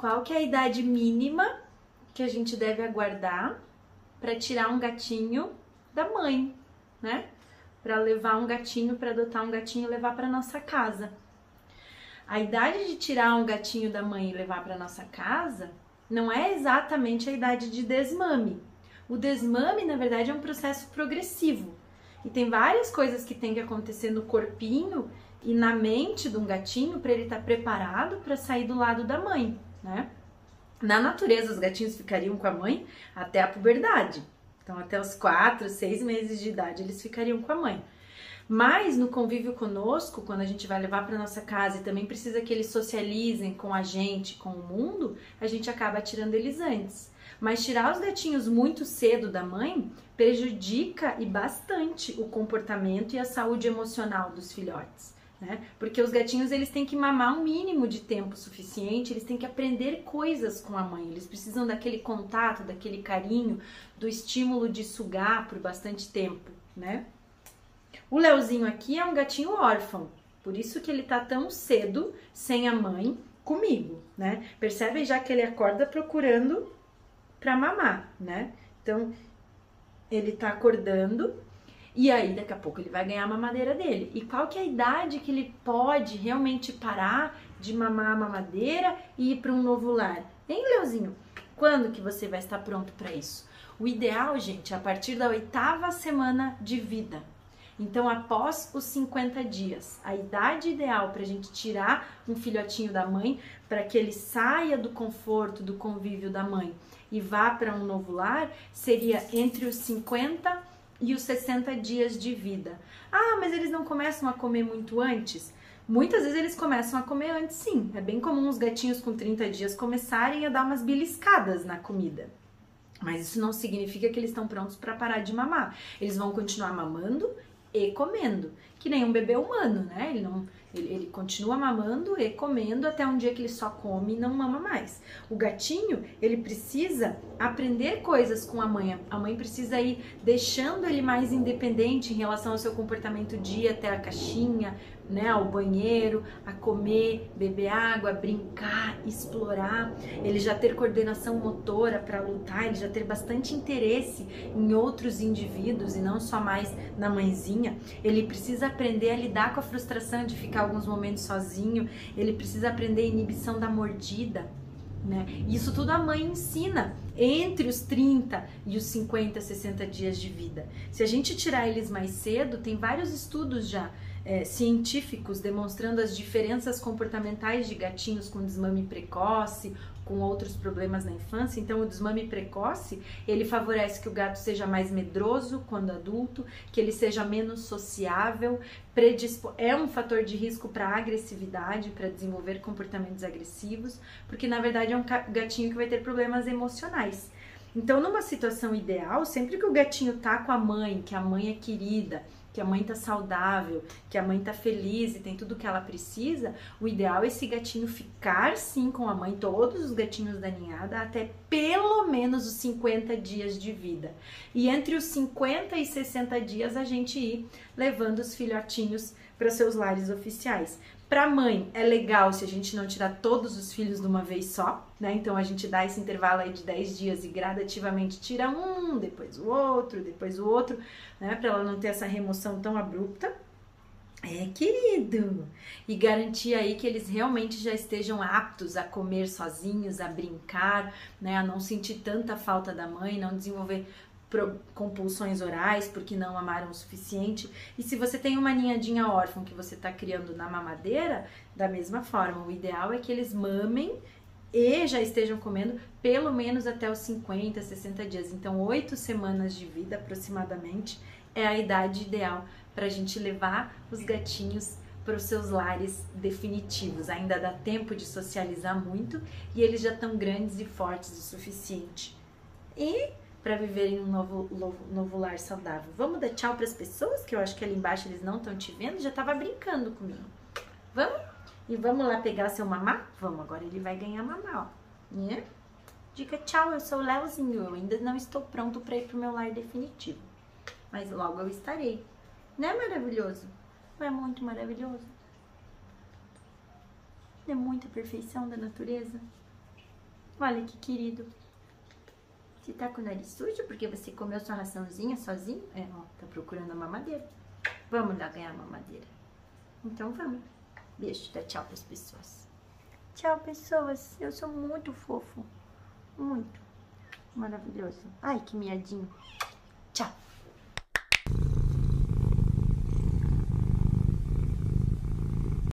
Qual que é a idade mínima que a gente deve aguardar para tirar um gatinho da mãe, né? Para levar um gatinho, para adotar um gatinho e levar para nossa casa. A idade de tirar um gatinho da mãe e levar para nossa casa não é exatamente a idade de desmame. O desmame, na verdade, é um processo progressivo. E tem várias coisas que tem que acontecer no corpinho e na mente de um gatinho para ele estar preparado para sair do lado da mãe, né? Na natureza, os gatinhos ficariam com a mãe até a puberdade. Então, até os 4, 6 meses de idade, eles ficariam com a mãe. Mas no convívio conosco, quando a gente vai levar para nossa casa e também precisa que eles socializem com a gente, com o mundo, a gente acaba tirando eles antes. Mas tirar os gatinhos muito cedo da mãe prejudica e bastante o comportamento e a saúde emocional dos filhotes, né? Porque os gatinhos, eles têm que mamar um mínimo de tempo suficiente, eles têm que aprender coisas com a mãe, eles precisam daquele contato, daquele carinho, do estímulo de sugar por bastante tempo, né? O Leozinho aqui é um gatinho órfão, por isso que ele tá tão cedo sem a mãe comigo, né? Percebem já que ele acorda procurando pra mamar, né? Então, ele tá acordando e aí daqui a pouco ele vai ganhar a mamadeira dele. E qual que é a idade que ele pode realmente parar de mamar a mamadeira e ir para um novo lar? Hein, Leozinho? Quando que você vai estar pronto para isso? O ideal, gente, é a partir da 8ª semana de vida. Então, após os 50 dias, a idade ideal para a gente tirar um filhotinho da mãe, para que ele saia do conforto, do convívio da mãe e vá para um novo lar, seria entre os 50 e os 60 dias de vida. Ah, mas eles não começam a comer muito antes? Muitas vezes eles começam a comer antes, sim. É bem comum os gatinhos com 30 dias começarem a dar umas beliscadas na comida. Mas isso não significa que eles estão prontos para parar de mamar. Eles vão continuar mamando e comendo, que nem um bebê humano, né? Ele continua mamando e comendo até um dia que ele só come e não mama mais. O gatinho, ele precisa aprender coisas com a mãe. A mãe precisa ir deixando ele mais independente em relação ao seu comportamento de ir até a caixinha, né, ao banheiro, a comer, beber água, brincar, explorar, ele já ter coordenação motora para lutar, ele já ter bastante interesse em outros indivíduos e não só mais na mãezinha. Ele precisa aprender a lidar com a frustração de ficar alguns momentos sozinho, ele precisa aprender a inibição da mordida, né? Isso tudo a mãe ensina entre os 30 e os 50, 60 dias de vida. Se a gente tirar eles mais cedo, tem vários estudos já científicos demonstrando as diferenças comportamentais de gatinhos com desmame precoce, com outros problemas na infância. Então, o desmame precoce, ele favorece que o gato seja mais medroso quando adulto, que ele seja menos sociável, é um fator de risco para agressividade, para desenvolver comportamentos agressivos, porque na verdade é um gatinho que vai ter problemas emocionais. Então, numa situação ideal, sempre que o gatinho tá com a mãe, que a mãe é querida, que a mãe tá saudável, que a mãe tá feliz e tem tudo que ela precisa, o ideal é esse gatinho ficar sim com a mãe, todos os gatinhos da ninhada, até pelo menos os 50 dias de vida. E entre os 50 e 60 dias a gente ir levando os filhotinhos para seus lares oficiais. Para a mãe é legal se a gente não tirar todos os filhos de uma vez só, né? Então a gente dá esse intervalo aí de 10 dias e gradativamente tira um, depois o outro, né? Para ela não ter essa remoção tão abrupta. Querido! E garantir aí que eles realmente já estejam aptos a comer sozinhos, a brincar, né? A não sentir tanta falta da mãe, não desenvolver compulsões orais porque não amaram o suficiente. E se você tem uma ninhadinha órfã que você está criando na mamadeira, da mesma forma, o ideal é que eles mamem e já estejam comendo pelo menos até os 50, 60 dias. Então, 8 semanas de vida aproximadamente é a idade ideal para a gente levar os gatinhos para os seus lares definitivos. Ainda dá tempo de socializar muito e eles já estão grandes e fortes o suficiente. E para viverem um novo lar saudável. Vamos dar tchau para as pessoas, que eu acho que ali embaixo eles não estão te vendo, já estava brincando comigo. Vamos? E vamos lá pegar seu mamá? Vamos, agora ele vai ganhar mamá, ó. Né? Diga tchau, eu sou o Leozinho, eu ainda não estou pronto para ir pro meu lar definitivo. Mas logo eu estarei. Não é maravilhoso? Não é muito maravilhoso? Não é muita perfeição da natureza? Olha que querido. Você tá com o nariz sujo porque você comeu sua raçãozinha sozinho? É, ó, tá procurando a mamadeira. Vamos lá ganhar a mamadeira. Então vamos. Beijo, dá tchau pras pessoas. Tchau, pessoas. Eu sou muito fofo. Muito. Maravilhoso. Ai, que miadinho. Tchau.